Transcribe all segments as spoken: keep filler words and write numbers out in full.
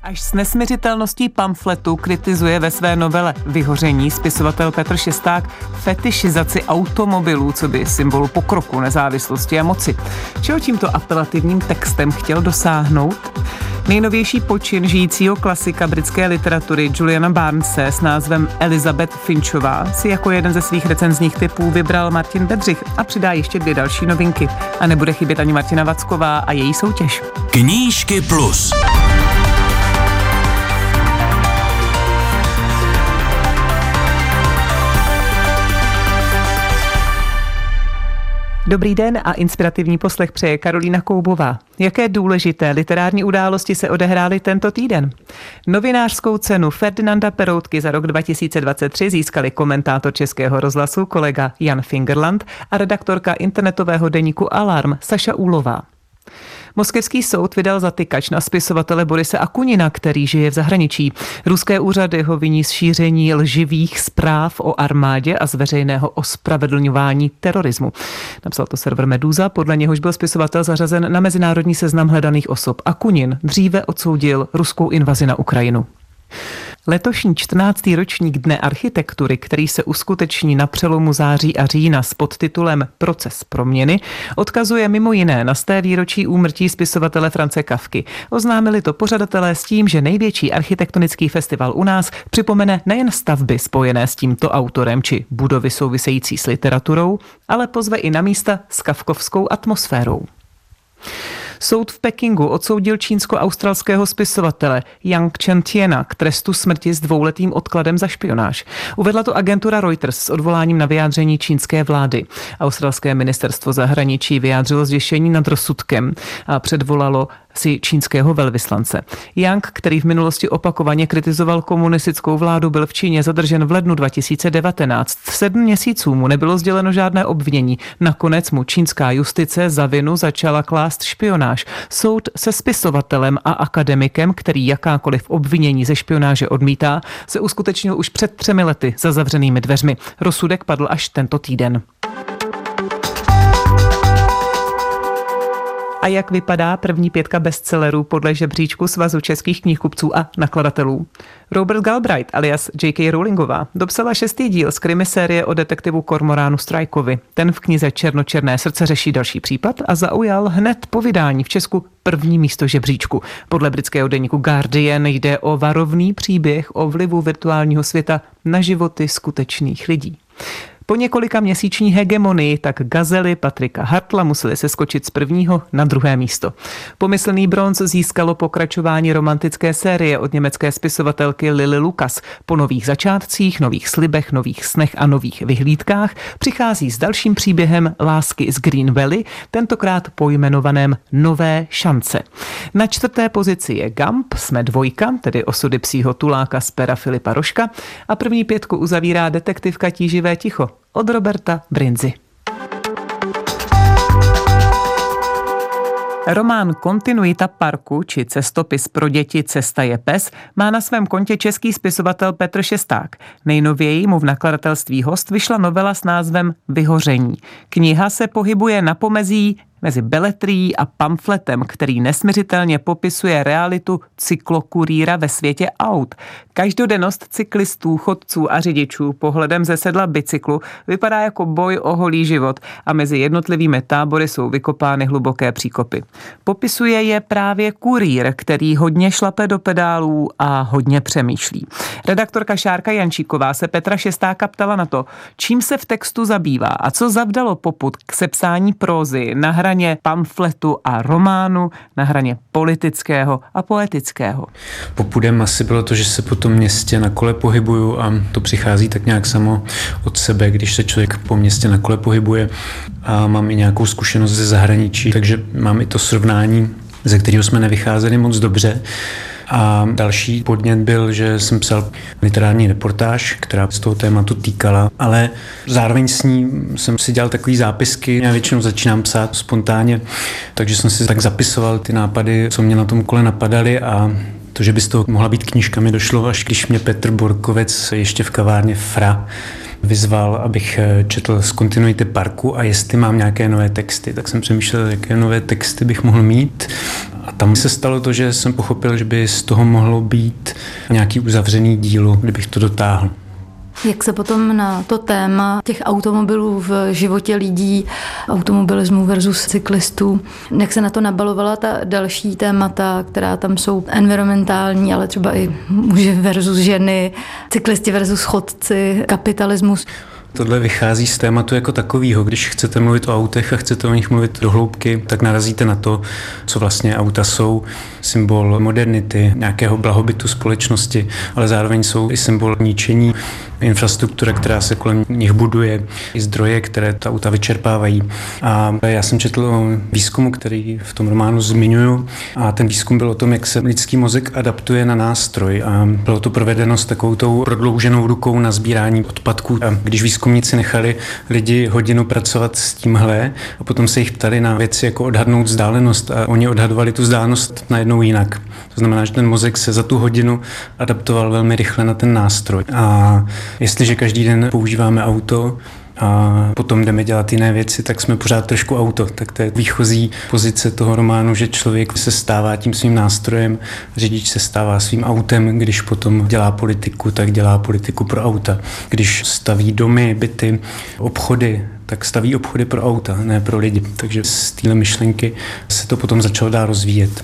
Až s nesmiřitelností pamfletu kritizuje ve své novele Vyhoření spisovatel Petr Šesták fetišizaci automobilů, co by symbolu pokroku, nezávislosti a moci. Čeho tímto apelativním textem chtěl dosáhnout? Nejnovější počin žijícího klasika britské literatury Juliana Barnese s názvem Elizabeth Finchová si jako jeden ze svých recenzních typů vybral Martin Bedřich a přidá ještě dvě další novinky. A nebude chybět ani Martina Vacková a její soutěž. Knížky plus. Dobrý den a inspirativní poslech přeje Karolína Koubová. Jaké důležité literární události se odehrály tento týden? Novinářskou cenu Ferdinanda Peroutky za rok dva tisíce dvacet tři získali komentátor Českého rozhlasu kolega Jan Fingerland a redaktorka internetového deníku Alarm Saša Úlová. Moskevský soud vydal zatykač na spisovatele Borise Akunina, který žije v zahraničí. Ruské úřady ho viní z šíření lživých zpráv o armádě a z veřejného ospravedlňování terorismu. Napsal to server Meduza, podle něhož byl spisovatel zařazen na mezinárodní seznam hledaných osob. Akunin dříve odsoudil ruskou invazi na Ukrajinu. Letošní čtrnáctý ročník Dne architektury, který se uskuteční na přelomu září a října s podtitulem Proces proměny, odkazuje mimo jiné na sté výročí úmrtí spisovatele Franze Kafky. Oznámili to pořadatelé s tím, že největší architektonický festival u nás připomene nejen stavby spojené s tímto autorem či budovy související s literaturou, ale pozve i na místa s kafkovskou atmosférou. Soud v Pekingu odsoudil čínsko-australského spisovatele Yang Chen-tiena k trestu smrti s dvouletým odkladem za špionáž. Uvedla to agentura Reuters s odvoláním na vyjádření čínské vlády. Australské ministerstvo zahraničí vyjádřilo zděšení nad rozsudkem a předvolalo si čínského velvyslance. Yang, který v minulosti opakovaně kritizoval komunistickou vládu, byl v Číně zadržen v lednu dva tisíce devatenáct. Sedm měsíců mu nebylo sděleno žádné obvinění. Nakonec mu čínská justice za vinu začala klást špionáž. Soud se spisovatelem a akademikem, který jakákoliv obvinění ze špionáže odmítá, se uskutečnil už před třemi lety za zavřenými dveřmi. Rozsudek padl až tento týden. A jak vypadá první pětka bestsellerů podle žebříčku Svazu českých knihkupců a nakladatelů? Robert Galbraith alias J K. Rowlingová dopsala šestý díl z krimisérie o detektivu Cormoranu Strikeovi. Ten v knize Černočerné srdce řeší další případ a zaujal hned po vydání v Česku první místo žebříčku. Podle britského deníku Guardian jde o varovný příběh o vlivu virtuálního světa na životy skutečných lidí. Po několika měsíční hegemonii tak gazely Patrika Hartla museli se skočit z prvního na druhé místo. Pomyslný bronz získalo pokračování romantické série od německé spisovatelky Lily Lucas. Po nových začátcích, nových slibech, nových snech a nových vyhlídkách přichází s dalším příběhem lásky z Green Valley, tentokrát pojmenovaném Nové šance. Na čtvrté pozici je Gump, jsme dvojka, tedy osudy psího tuláka z pera Filipa Rožka, a první pětku uzavírá detektivka Tíživé ticho od Roberta Brinzy. Román Kontinuita parku či cestopis pro děti Cesta je pes má na svém kontě český spisovatel Petr Šesták. Nejnověji mu v nakladatelství Host vyšla novela s názvem Vyhoření. Kniha se pohybuje na pomezí mezi beletrií a pamfletem, který nesmiřitelně popisuje realitu cyklokurýra ve světě aut. Každodennost cyklistů, chodců a řidičů pohledem ze sedla bicyklu vypadá jako boj o holý život a mezi jednotlivými tábory jsou vykopány hluboké příkopy. Popisuje je právě kurýr, který hodně šlape do pedálů a hodně přemýšlí. Redaktorka Šárka Jančíková se Petra Šestáka ptala na to, čím se v textu zabývá a co zavdalo popud k sepsání prózy na hraně pamfletu a románu, na hraně politického a poetického. Popudem asi bylo to, že se po tom městě na kole pohybuju a to přichází tak nějak samo od sebe, když se člověk po městě na kole pohybuje a mám i nějakou zkušenost ze zahraničí, takže mám i to srovnání, ze kterého jsme nevycházeli moc dobře. A další podnět byl, že jsem psal literární reportáž, která z toho tématu týkala, ale zároveň s ní jsem si dělal takový zápisky. Já většinou začínám psát spontánně, takže jsem si tak zapisoval ty nápady, co mě na tom kole napadaly, a to, že by z toho mohla být knížka, mi došlo, až když mě Petr Borkovec ještě v kavárně Fra vyzval, abych četl z Kontinuity parku a jestli mám nějaké nové texty. Tak jsem přemýšlel, jaké nové texty bych mohl mít. A tam se stalo to, že jsem pochopil, že by z toho mohlo být nějaký uzavřený dílo, kdybych to dotáhl. Jak se potom na to téma těch automobilů v životě lidí, automobilismu versus cyklistů, jak se na to nabalovala ta další témata, která tam jsou environmentální, ale třeba i muži versus ženy, cyklisti versus chodci, kapitalismus? Tohle vychází z tématu jako takového. Když chcete mluvit o autech a chcete o nich mluvit do hloubky, tak narazíte na to, co vlastně auta jsou. Symbol modernity, nějakého blahobytu společnosti, ale zároveň jsou i symbol ničení, infrastruktura, která se kolem nich buduje, i zdroje, které ta auta vyčerpávají. A já jsem četl o výzkumu, který v tom románu zmiňuju, a ten výzkum byl o tom, jak se lidský mozek adaptuje na nástroj. A bylo to provedeno s takovou tou prodlouženou rukou na sbírání odpadků. A když výzkumníci nechali lidi hodinu pracovat s tímhle a potom se jich ptali na věci, jako odhadnout vzdálenost, a oni odhadovali tu vzdálenost najednou jinak. To znamená, že ten mozek se za tu hodinu adaptoval velmi rychle na ten nástroj. A jestliže každý den používáme auto a potom jdeme dělat jiné věci, tak jsme pořád trošku auto. Tak to je výchozí pozice toho románu, že člověk se stává tím svým nástrojem, řidič se stává svým autem, když potom dělá politiku, tak dělá politiku pro auta. Když staví domy, byty, obchody, tak staví obchody pro auta, ne pro lidi. Takže z téhle myšlenky se to potom začalo dál rozvíjet.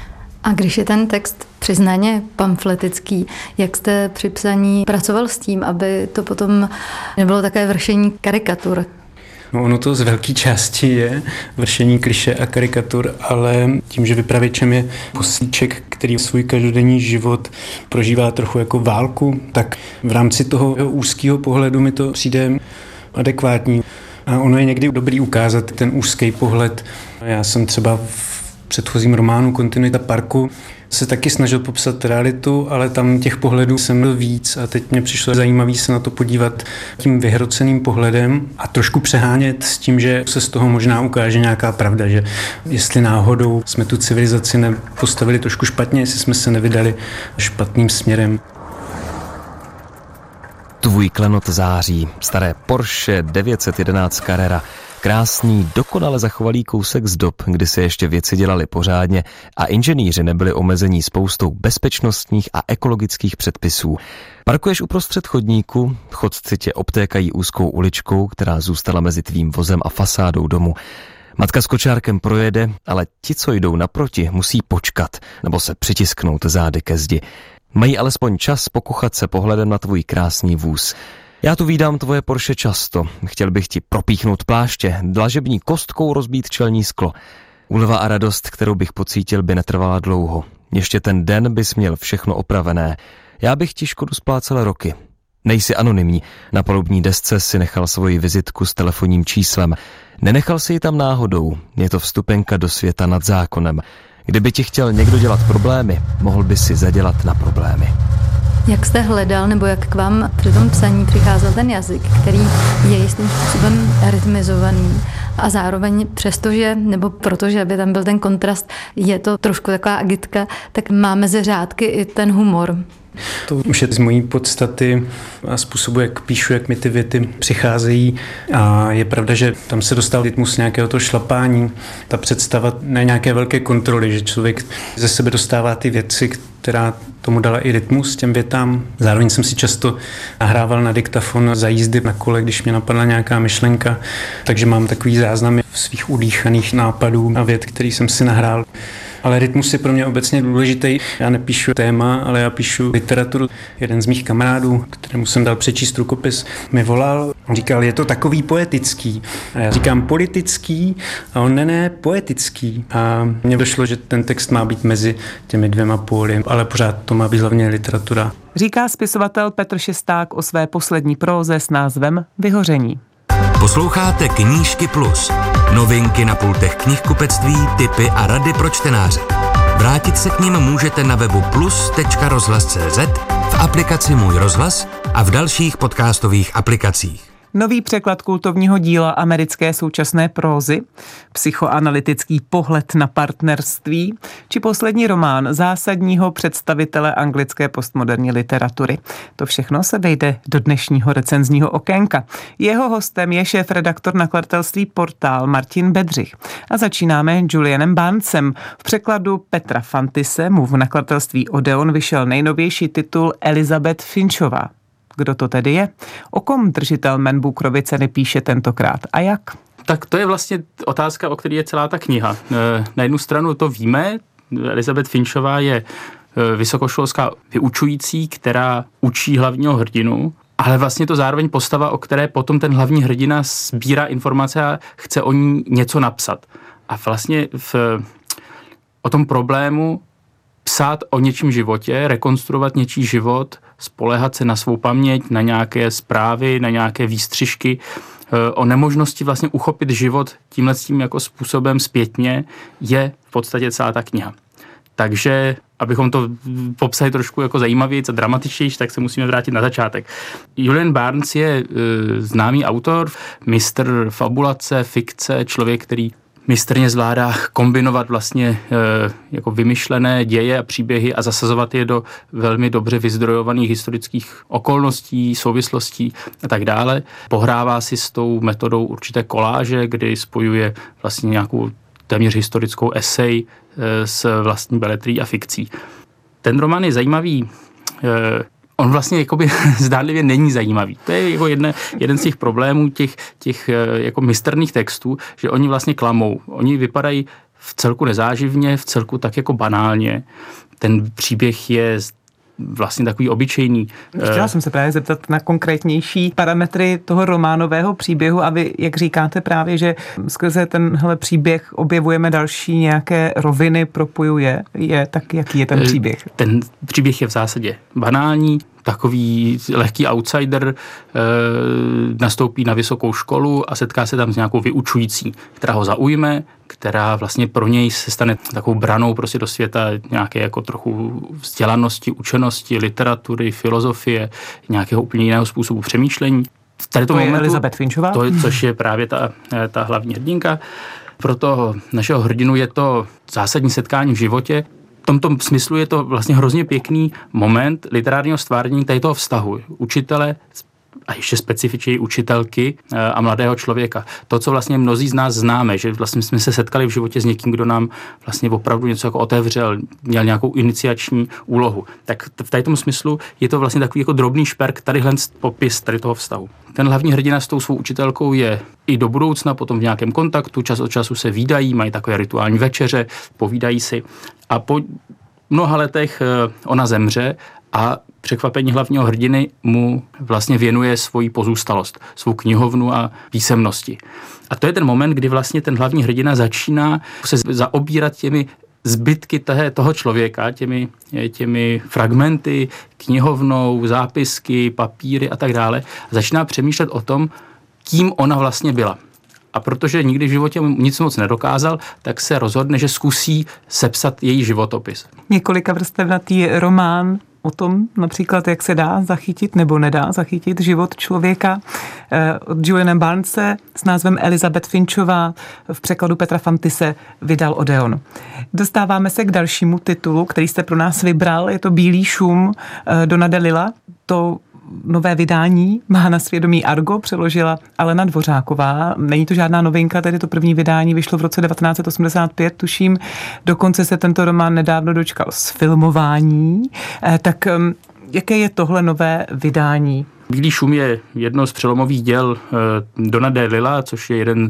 A když je ten text přiznaně pamfletický, jak jste při psaní pracoval s tím, aby to potom nebylo také vršení karikatur? No ono to z velké části je vršení klišé a karikatur, ale tím, že vypravěčem je poslíček, který svůj každodenní život prožívá trochu jako válku, tak v rámci toho úzkého pohledu mi to přijde adekvátní. A ono je někdy dobrý ukázat ten úzký pohled. Já jsem třeba v předchozím románu Kontinuita parku se taky snažil popsat realitu, ale tam těch pohledů jsem byl víc a teď mě přišlo zajímavé se na to podívat tím vyhroceným pohledem a trošku přehánět s tím, že se z toho možná ukáže nějaká pravda, že jestli náhodou jsme tu civilizaci nepostavili trošku špatně, jestli jsme se nevydali špatným směrem. Tvůj klenot září, staré Porsche devět set jedenáct Carrera. Krásný, dokonale zachovalý kousek z dob, kdy se ještě věci dělaly pořádně a inženýři nebyli omezení spoustou bezpečnostních a ekologických předpisů. Parkuješ uprostřed chodníku, chodci tě obtékají úzkou uličkou, která zůstala mezi tvým vozem a fasádou domu. Matka s kočárkem projede, ale ti, co jdou naproti, musí počkat nebo se přitisknout zády ke zdi. Mají alespoň čas pokuchat se pohledem na tvůj krásný vůz. Já tu vídám tvoje Porsche často. Chtěl bych ti propíchnout pláště, dlažební kostkou rozbít čelní sklo. Úleva a radost, kterou bych pocítil, by netrvala dlouho. Ještě ten den bys měl všechno opravené. Já bych ti škodu splácel roky. Nejsi anonymní. Na palubní desce si nechal svoji vizitku s telefonním číslem. Nenechal si ji tam náhodou. Je to vstupenka do světa nad zákonem. Kdyby ti chtěl někdo dělat problémy, mohl by si zadělat na problémy. Jak jste hledal, nebo jak k vám při tom psaní přicházel ten jazyk, který je jistým způsobem rytmizovaný a zároveň přestože, nebo protože by tam byl ten kontrast, je to trošku taková agitka, tak má mezi řádky i ten humor. To už je z mojí podstaty a způsobu, jak píšu, jak mi ty věty přicházejí. A je pravda, že tam se dostal rytmus nějakého toho šlapání, ta představa ne nějaké velké kontroly, že člověk ze sebe dostává ty věci, která tomu dala i rytmus těm větám. Zároveň jsem si často nahrával na diktafon za jízdy na kole, když mě napadla nějaká myšlenka, takže mám takový záznam svých udýchaných nápadů a vět, který jsem si nahrál. Ale rytmus je pro mě obecně důležitý. Já nepíšu téma, ale já píšu literaturu. Jeden z mých kamarádů, kterému jsem dal přečíst rukopis, mi volal. On říkal, je to takový poetický. A já říkám politický a on ne, ne, poetický. A mně došlo, že ten text má být mezi těmi dvěma póly, ale pořád to má být hlavně literatura. Říká spisovatel Petr Šesták o své poslední próze s názvem Vyhoření. Posloucháte Knížky Plus. Novinky na pultech knihkupectví, tipy a rady pro čtenáře. Vrátit se k nim můžete na webu plus tečka rozhlas tečka cé zet, v aplikaci Můj rozhlas a v dalších podcastových aplikacích. Nový překlad kultovního díla americké současné prózy, psychoanalytický pohled na partnerství, či poslední román zásadního představitele anglické postmoderní literatury. To všechno se vejde do dnešního recenzního okénka. Jeho hostem je šéfredaktor nakladatelství Portál Martin Bedřich. A začínáme Julianem Barnesem. V překladu Petra Fantise mu v nakladatelství Odeon vyšel nejnovější titul Elizabeth Finchová. Kdo to tedy je? O kom držitel Man Bookerovy ceny píše tentokrát a jak? Tak to je vlastně otázka, o které je celá ta kniha. Na jednu stranu to víme, Elizabeth Finchová je vysokoškolská vyučující, která učí hlavního hrdinu, ale vlastně to zároveň postava, o které potom ten hlavní hrdina sbírá informace a chce o ní něco napsat. A vlastně v, o tom problému psát o něčím životě, rekonstruovat něčí život, spoléhat se na svou paměť, na nějaké zprávy, na nějaké výstřižky, o nemožnosti vlastně uchopit život tímhle tím jako způsobem zpětně je v podstatě celá ta kniha. Takže, abychom to popsali trošku jako zajímavější a dramatičtější, tak se musíme vrátit na začátek. Julian Barnes je e, známý autor, mistr fabulace, fikce, člověk, který mistrně zvládá kombinovat vlastně e, jako vymyšlené děje a příběhy a zasazovat je do velmi dobře vyzdrojovaných historických okolností, souvislostí a tak dále. Pohrává si s tou metodou určité koláže, kdy spojuje vlastně nějakou téměř historickou esej e, s vlastní beletrí a fikcí. Ten román je zajímavý, e, on vlastně jakoby zdánlivě není zajímavý. To je jako jedne, jeden z těch problémů těch, těch jako mistrných textů, že oni vlastně klamou. Oni vypadají v celku nezáživně, v celku tak jako banálně. Ten příběh je vlastně takový obyčejný. Chtěla jsem se právě zeptat na konkrétnější parametry toho románového příběhu a vy, jak říkáte právě, že skrze tenhle příběh objevujeme další nějaké roviny, propojuje je, tak jaký je ten příběh? Ten příběh je v zásadě banální, takový lehký outsider e, nastoupí na vysokou školu a setká se tam s nějakou vyučující, která ho zaujme, která vlastně pro něj se stane takovou branou prostě do světa nějaké jako trochu vzdělanosti, učenosti, literatury, filozofie, nějakého úplně jiného způsobu přemýšlení. Tady to momentu, je Elizabeth Finchová? To, což je právě ta, ta hlavní hrdinka. Pro toho našeho hrdinu je to zásadní setkání v životě. V tomto smyslu je to vlastně hrozně pěkný moment literárního stvárnění tady toho vztahu učitele a ještě specifičněji učitelky a mladého člověka. To, co vlastně mnozí z nás známe, že vlastně jsme se setkali v životě s někým, kdo nám vlastně opravdu něco jako otevřel, měl nějakou iniciační úlohu. Tak v tady tom smyslu je to vlastně takový jako drobný šperk, tadyhle popis tady toho vztahu. Ten hlavní hrdina s tou svou učitelkou je i do budoucna potom v nějakém kontaktu, čas od času se vídají, mají takové rituální večeře, povídají si a po mnoha letech ona zemře a překvapení hlavního hrdiny mu vlastně věnuje svoji pozůstalost, svou knihovnu a písemnosti. A to je ten moment, kdy vlastně ten hlavní hrdina začíná se zaobírat těmi zbytky toho člověka, těmi, těmi fragmenty, knihovnou, zápisky, papíry a tak dále. Začíná přemýšlet o tom, kým ona vlastně byla. A protože nikdy v životě nic moc nedokázal, tak se rozhodne, že zkusí sepsat její životopis. Několika vrstevnatý román o tom například, jak se dá zachytit nebo nedá zachytit život člověka od Juliana Barnese s názvem Elizabeth Finchová v překladu Petra Fantise vydal Odeon. Dostáváme se k dalšímu titulu, který jste pro nás vybral. Je to Bílý šum Dona DeLilla. To nové vydání má na svědomí Argo, přeložila Alena Dvořáková. Není to žádná novinka, tedy to první vydání vyšlo v roce devatenáct set osmdesát pět, tuším. Dokonce se tento román nedávno dočkal zfilmování. Tak jaké je tohle nové vydání? Bílý šum je jedno z přelomových děl Dona DeLilla, což je jeden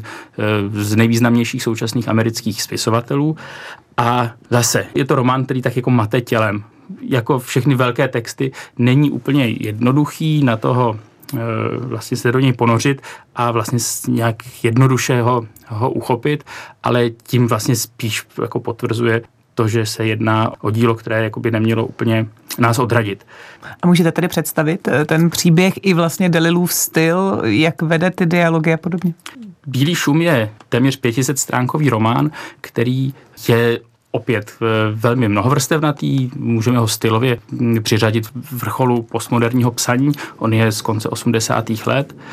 z nejvýznamnějších současných amerických spisovatelů. A zase je to román, který tak jako mate tělem. Jako všechny velké texty, není úplně jednoduchý na toho e, vlastně se do něj ponořit a vlastně nějak jednoduše ho, ho uchopit, ale tím vlastně spíš jako potvrzuje to, že se jedná o dílo, které jakoby nemělo úplně nás odradit. A můžete tedy představit ten příběh i vlastně DeLillův styl, jak vede ty dialogy a podobně? Bílý šum je téměř pětisetstránkový román, který je opět velmi mnohovrstevnatý, můžeme ho stylově přiřadit vrcholu postmoderního psaní, on je z konce osmdesátých let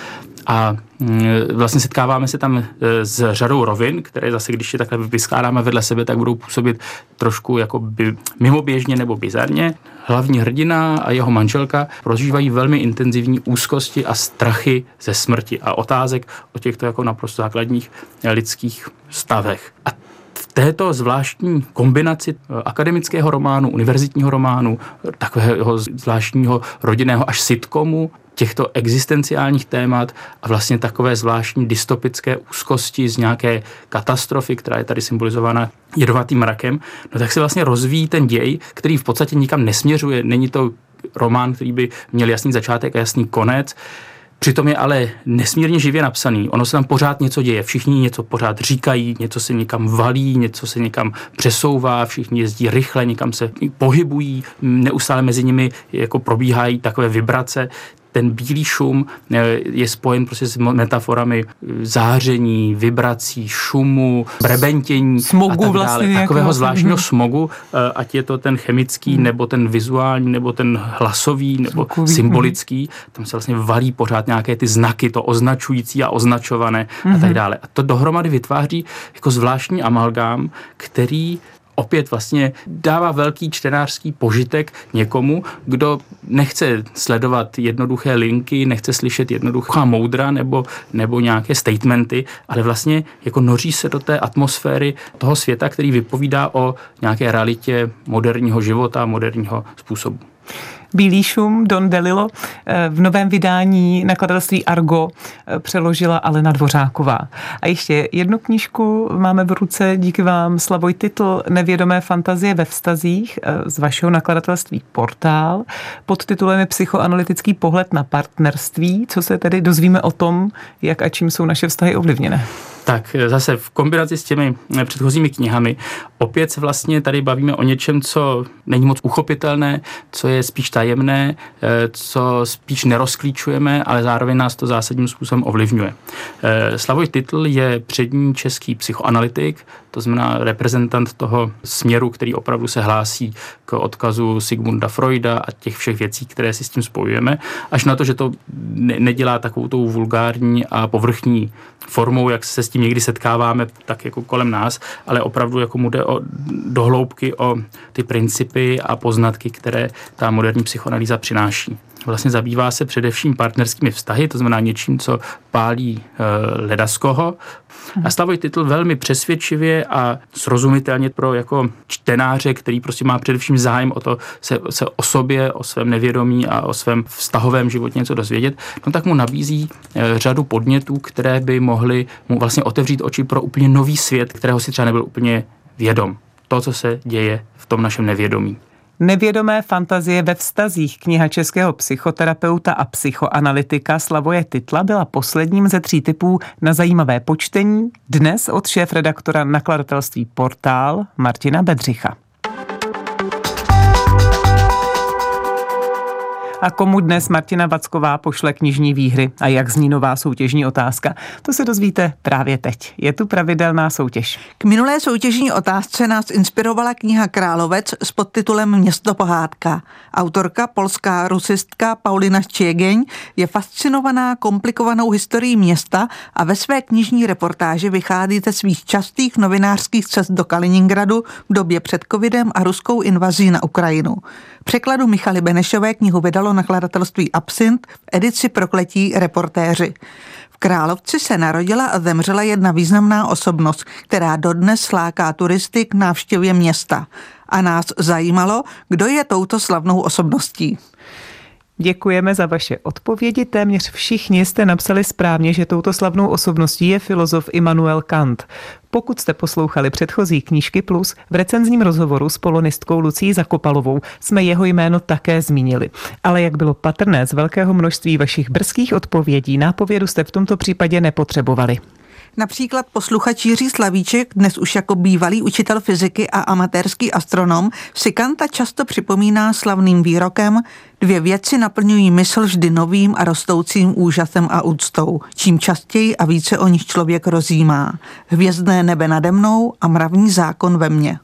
A vlastně setkáváme se tam s řadou rovin, které zase, když je takhle vyskládáme vedle sebe, tak budou působit trošku jako by mimoběžně nebo bizarně. Hlavní hrdina a jeho manželka prožívají velmi intenzivní úzkosti a strachy ze smrti a otázek o těchto jako naprosto základních lidských stavech. A v této zvláštní kombinaci akademického románu, univerzitního románu, takového zvláštního rodinného až sitcomu, těchto existenciálních témat a vlastně takové zvláštní dystopické úzkosti z nějaké katastrofy, která je tady symbolizována jedovatým mrakem, no tak se vlastně rozvíjí ten děj, který v podstatě nikam nesměřuje. Není to román, který by měl jasný začátek a jasný konec. Přitom je ale nesmírně živě napsaný. Ono se tam pořád něco děje. Všichni něco pořád říkají, něco se někam valí, něco se někam přesouvá, všichni jezdí rychle, někam se pohybují, neustále mezi nimi jako probíhají takové vibrace. Ten bílý šum je spojen prostě s metaforami záření, vibrací, šumu, brebentění smogu a tak dále. vlastně Takového jako, zvláštního smogu, ať je to ten chemický, hmm. nebo ten vizuální, nebo ten hlasový, nebo Zvukový. symbolický. Tam se vlastně valí pořád nějaké ty znaky, to označující a označované hmm. a tak dále. A to dohromady vytváří jako zvláštní amalgám, který opět vlastně dává velký čtenářský požitek někomu, kdo nechce sledovat jednoduché linky, nechce slyšet jednoduchá moudra nebo, nebo nějaké statementy, ale vlastně jako noří se do té atmosféry toho světa, který vypovídá o nějaké realitě moderního života, moderního způsobu. Bílý šum, Don DeLillo, v novém vydání nakladatelství Argo přeložila Alena Dvořáková. A ještě jednu knížku máme v ruce díky vám, Slavoj Titl, Nevědomé fantazie ve vztazích z vašeho nakladatelství Portál. Pod titulem je Psychoanalytický pohled na partnerství. Co se tedy dozvíme o tom, jak a čím jsou naše vztahy ovlivněné? Tak zase v kombinaci s těmi předchozími knihami opět se vlastně tady bavíme o něčem, co není moc uchopitelné, co je spíš tajemné, co spíš nerozklíčujeme, ale zároveň nás to zásadním způsobem ovlivňuje. Slavoj Titl je přední český psychoanalytik, to znamená reprezentant toho směru, který opravdu se hlásí k odkazu Sigmunda Freuda a těch všech věcí, které si s tím spojujeme, až na to, že to ne- nedělá takovou tou vulgární a povrchní formou, jak se s tím někdy setkáváme, tak jako kolem nás, ale opravdu jako mu jde o dohloubky o ty principy a poznatky, které ta moderní psychoanalýza přináší. Vlastně zabývá se především partnerskými vztahy, to znamená něčím, co pálí e, ledaskoho. A Slavoj Titl velmi přesvědčivě a srozumitelně pro jako čtenáře, který prostě má především zájem o to se, se o sobě, o svém nevědomí a o svém vztahovém životě něco dozvědět, no tak mu nabízí e, řadu podnětů, které by mohly mu vlastně otevřít oči pro úplně nový svět, kterého si třeba nebyl úplně vědom. To, co se děje v tom našem nevědomí. Nevědomé fantazie ve vztazích, kniha českého psychoterapeuta a psychoanalytika Slavoje Titla, byla posledním ze tří typů na zajímavé počtení, dnes od šéfredaktora nakladatelství Portál Martina Bedřicha. A komu dnes Martina Vacková pošle knižní výhry a jak zní nová soutěžní otázka, to se dozvíte právě teď. Je tu pravidelná soutěž. K minulé soutěžní otázce nás inspirovala kniha Královec s podtitulem Město pohádka. Autorka, polská rusistka Paulina Ščiegeň je fascinovaná komplikovanou historií města a ve své knižní reportáži vychází ze svých častých novinářských cest do Kaliningradu v době před covidem a ruskou invazí na Ukrajinu. V překladu Michaly Benešové knihu vydalo nakladatelství Absint v edici Prokletí reportéři. V Královci se narodila a zemřela jedna významná osobnost, která dodnes láká turisty k návštěvě města. A nás zajímalo, kdo je touto slavnou osobností. Děkujeme za vaše odpovědi. Téměř všichni jste napsali správně, že touto slavnou osobností je filozof Immanuel Kant. Pokud jste poslouchali předchozí Knížky Plus, v recenzním rozhovoru s polonistkou Lucií Zakopalovou jsme jeho jméno také zmínili. Ale jak bylo patrné z velkého množství vašich brzkých odpovědí, nápovědu jste v tomto případě nepotřebovali. Například posluchač Jiří Slavíček, dnes už jako bývalý učitel fyziky a amatérský astronom, si Kanta často připomíná slavným výrokem: dvě věci naplňují mysl vždy novým a rostoucím úžasem a úctou, čím častěji a více o nich člověk rozjímá. Hvězdné nebe nade mnou a mravní zákon ve mně.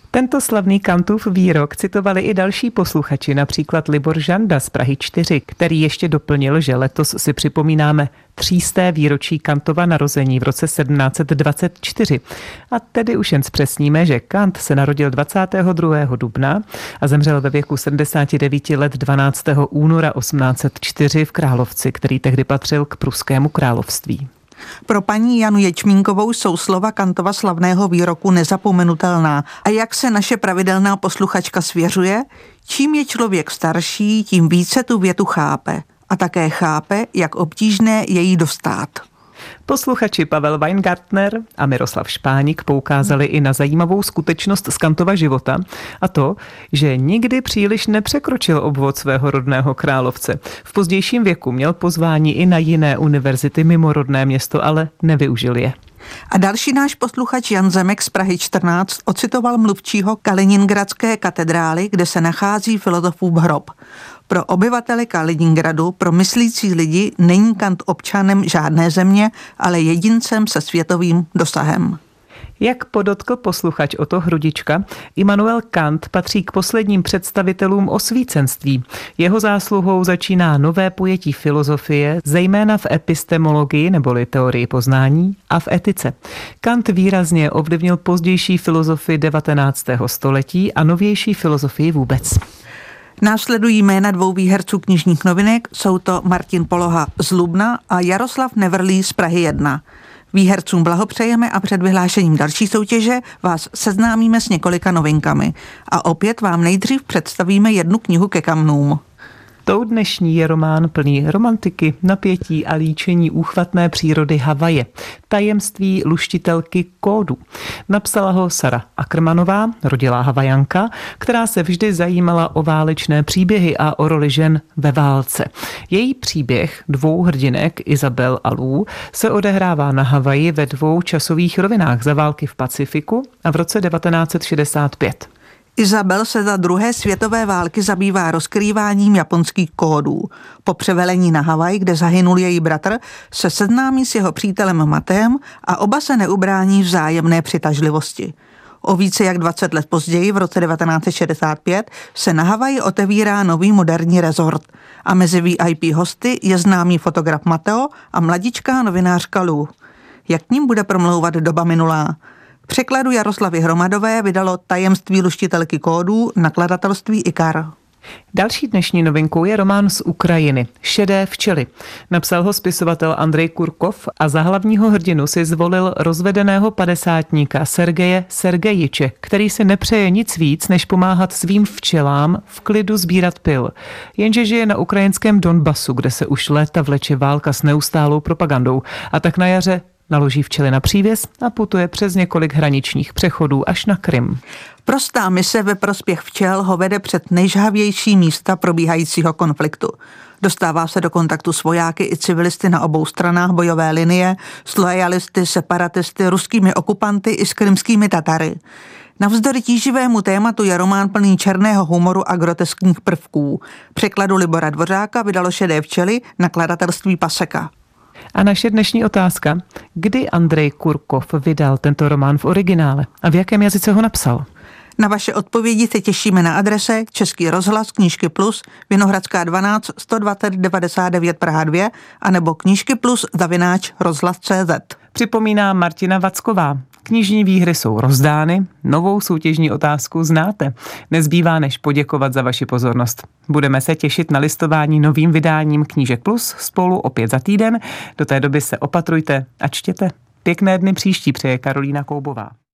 Tento slavný Kantův výrok citovali i další posluchači, například Libor Žanda z Prahy čtyři, který ještě doplnil, že letos si připomínáme třísté výročí Kantova narození v roce sedmnáct set dvacet čtyři. A tedy už jen zpřesníme, že Kant se narodil dvacátého druhého dubna a zemřel ve věku sedmdesáti devíti let dvanáctého února osmnáct set čtyři v Královci, který tehdy patřil k pruskému království. Pro paní Janu Ječmínkovou jsou slova Kantova slavného výroku nezapomenutelná. A jak se naše pravidelná posluchačka svěřuje, čím je člověk starší, tím více tu větu chápe. A také chápe, jak obtížné je jí dostát. Posluchači Pavel Weingartner a Miroslav Špánik poukázali i na zajímavou skutečnost z Kantova života a to, že nikdy příliš nepřekročil obvod svého rodného Královce. V pozdějším věku měl pozvání i na jiné univerzity mimo rodné město, ale nevyužil je. A další náš posluchač Jan Zemek z Prahy čtrnáct ocitoval mluvčího Kaliningradské katedrály, kde se nachází filozofův hrob. Pro obyvatele Kaliningradu, pro myslící lidi, není Kant občanem žádné země, ale jedincem se světovým dosahem. Jak podotkl posluchač Oto Hrudička, Immanuel Kant patří k posledním představitelům osvícenství. Jeho zásluhou začíná nové pojetí filozofie, zejména v epistemologii neboli teorii poznání a v etice. Kant výrazně ovlivnil pozdější filozofii devatenáctého století a novější filozofii vůbec. Následují jména dvou výherců knižních novinek, jsou to Martin Poloha z Lubna a Jaroslav Neverlý z Prahy jedna. Výhercům blahopřejeme a před vyhlášením další soutěže vás seznámíme s několika novinkami. A opět vám nejdřív představíme jednu knihu ke kamnům. Tou dnešní je román plný romantiky, napětí a líčení úchvatné přírody Havaje. Tajemství luštitelky kódu. Napsala ho Sara Ackermanová, rodilá Havajanka, která se vždy zajímala o válečné příběhy a o roli žen ve válce. Její příběh dvou hrdinek, Isabel a Lou, se odehrává na Havaji ve dvou časových rovinách za války v Pacifiku a v roce devatenáct set šedesát pět. Isabel se za druhé světové války zabývá rozkrýváním japonských kódů. Po převelení na Havaj, kde zahynul její bratr, se seznámí s jeho přítelem Mateem a oba se neubrání vzájemné přitažlivosti. O více jak dvacet let později, v roce devatenáct set šedesát pět, se na Havaji otevírá nový moderní rezort a mezi V I P hosty je známý fotograf Mateo a mladičká novinářka Lou. Jak k ním bude promlouvat doba minulá? V překladu Jaroslavy Hromadové vydalo Tajemství luštitelky kódů nakladatelství Ikar. Další dnešní novinkou je román z Ukrajiny Šedé včely. Napsal ho spisovatel Andrej Kurkov a za hlavního hrdinu si zvolil rozvedeného padesátníka Sergeje Sergejiče, který si nepřeje nic víc, než pomáhat svým včelám v klidu sbírat pil. Jenže žije na ukrajinském Donbasu, kde se už léta vleče válka s neustálou propagandou a tak na jaře naloží včely na přívěs a putuje přes několik hraničních přechodů až na Krym. Prostá mise ve prospěch včel ho vede před nejžhavější místa probíhajícího konfliktu. Dostává se do kontaktu s vojáky i civilisty na obou stranách bojové linie, s lojalisty, separatisty, ruskými okupanty i s krymskými Tatary. Navzdory tíživému tématu je román plný černého humoru a groteskních prvků. Překladu Libora Dvořáka vydalo Šedé včely nakladatelství Paseka. A naše dnešní otázka, kdy Andrej Kurkov vydal tento román v originále a v jakém jazyce ho napsal? Na vaše odpovědi se těšíme na adrese Český rozhlas Knížky Plus, Vinohradská dvanáct, sto dvacet devadesát devět Praha dva a nebo Knížky Plus zavináč rozhlas tečka cé zet. Připomíná Martina Vacková. Knižní výhry jsou rozdány, novou soutěžní otázku znáte. Nezbývá než poděkovat za vaši pozornost. Budeme se těšit na listování novým vydáním Knížek Plus spolu opět za týden. Do té doby se opatrujte a čtěte. Pěkné dny příští přeje Karolína Koubová.